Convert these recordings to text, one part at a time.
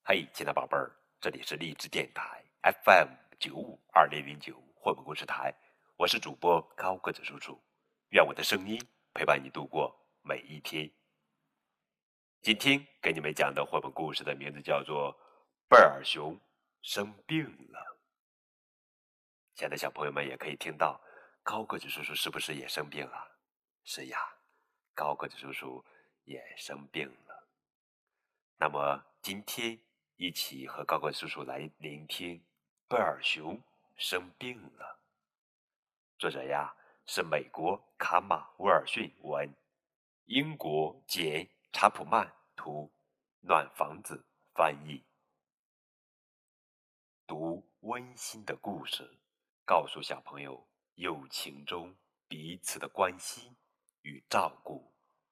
嘿，亲爱的宝贝儿，这里是励志电台 FM952009绘本故事台，我是主播高个子叔叔，愿我的声音陪伴你度过每一天。今天给你们讲的绘本故事的名字叫做《贝尔熊生病了》。亲爱的小朋友们也可以听到，高个子叔叔是不是也生病了？是呀，高个子叔叔也生病了。那么今天一起和高个子叔叔来聆听贝尔熊生病了。作者呀是美国卡马威尔逊文，英国简查普曼图，暖房子翻译。读温馨的故事，告诉小朋友友情中彼此的关心与照顾。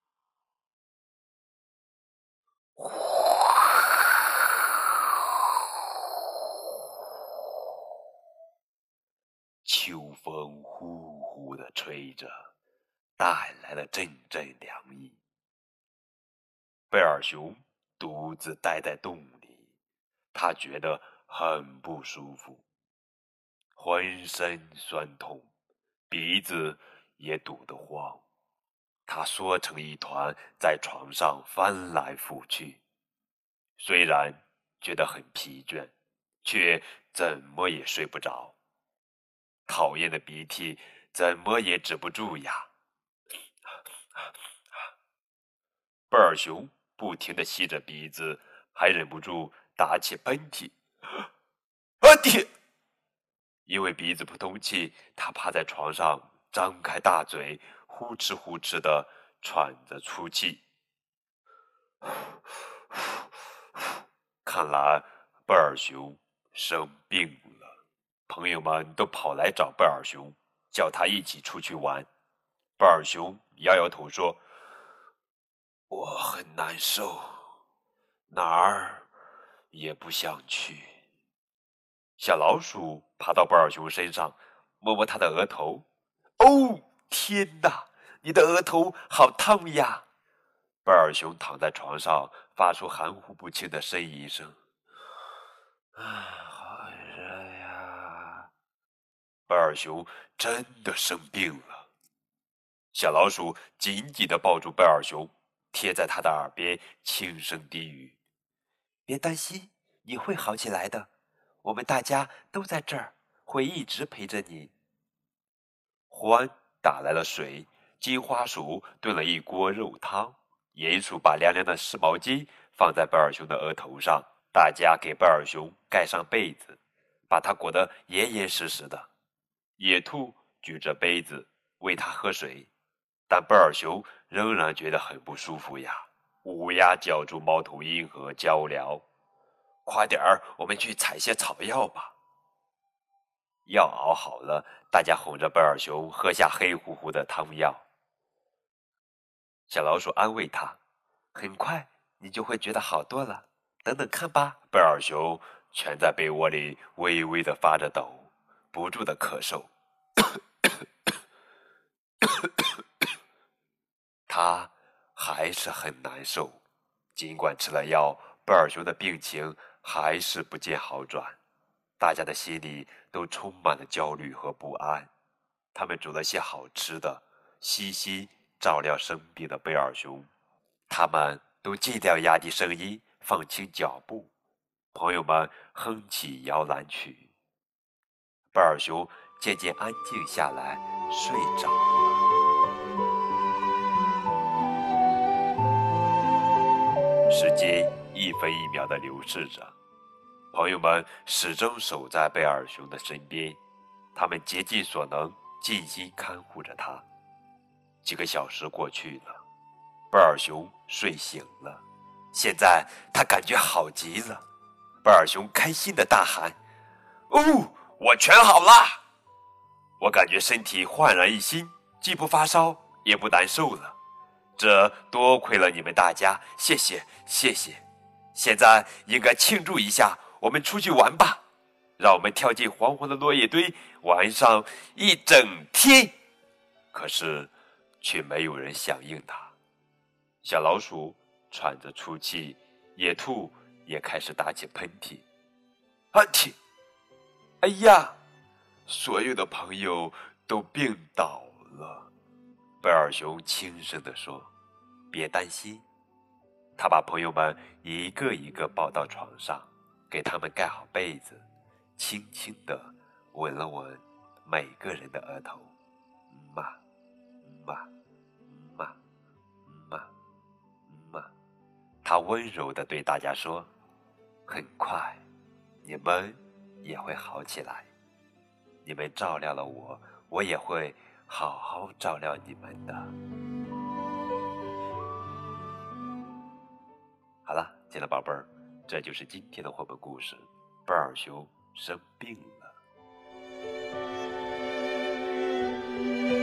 秋风呼呼地吹着，带来了阵阵凉意。贝尔熊独自待在洞里，他觉得很不舒服，浑身酸痛，鼻子也堵得慌。他缩成一团，在床上翻来覆去。虽然觉得很疲倦，却怎么也睡不着。讨厌的鼻涕怎么也止不住呀！贝尔熊不停地吸着鼻子，还忍不住打起喷嚏。嚏！因为鼻子不通气，他趴在床上，张开大嘴，呼哧呼哧地喘着粗气。看来贝尔熊生病了，朋友们都跑来找贝尔熊，叫他一起出去玩。贝尔熊摇摇头说：“我很难受，哪儿也不想去。”小老鼠爬到贝尔熊身上，摸摸他的额头。哦，天哪，你的额头好烫呀！贝尔熊躺在床上，发出含糊不清的呻吟声。好热呀！贝尔熊真的生病了。小老鼠紧紧地抱住贝尔熊，贴在他的耳边轻声低语：“别担心，你会好起来的。我们大家都在这儿，会一直陪着你。”獾打来了水，金花鼠炖了一锅肉汤，鼹鼠把凉凉的湿毛巾放在贝尔熊的额头上，大家给贝尔熊盖上被子，把它裹得严严实实的。野兔举着杯子喂它喝水，但贝尔熊仍然觉得很不舒服呀。乌鸦叫住猫头鹰和鹪鹩：“快点儿，我们去采些草药吧。”药熬好了，大家哄着贝尔熊喝下黑乎乎的汤药。小老鼠安慰他：“很快你就会觉得好多了，等等看吧。”贝尔熊蜷在被窝里，微微地发着抖，不住地咳嗽。他还是很难受，尽管吃了药，贝尔熊的病情还是不见好转。大家的心里都充满了焦虑和不安。他们煮了些好吃的，悉心照料生病的贝尔熊。他们都尽量压低声音，放轻脚步。朋友们哼起摇篮曲。贝尔熊渐渐安静下来，睡着了。时间一分一秒地流逝着，朋友们始终守在贝尔熊的身边，他们竭尽所能，尽心看护着他。几个小时过去了，贝尔熊睡醒了，现在他感觉好极了。贝尔熊开心地大喊：“哦，我全好了！我感觉身体焕然一新，既不发烧，也不难受了。这多亏了你们大家，谢谢，谢谢。现在应该庆祝一下，我们出去玩吧。让我们跳进黄黄的落叶堆，玩上一整天。”可是，却没有人响应他。小老鼠喘着粗气，野兔也开始打起喷嚏。啊嚏！哎呀！所有的朋友都病倒了。贝尔熊轻声地说：“别担心。”他把朋友们一个一个抱到床上，给他们盖好被子，轻轻地吻了吻每个人的额头。嘛嘛嘛嘛嘛，他温柔地对大家说：“很快，你们也会好起来。你们照料了我，我也会好好照料你们的。”好了，亲爱的宝贝儿，这就是今天的绘本故事。贝尔熊生病了。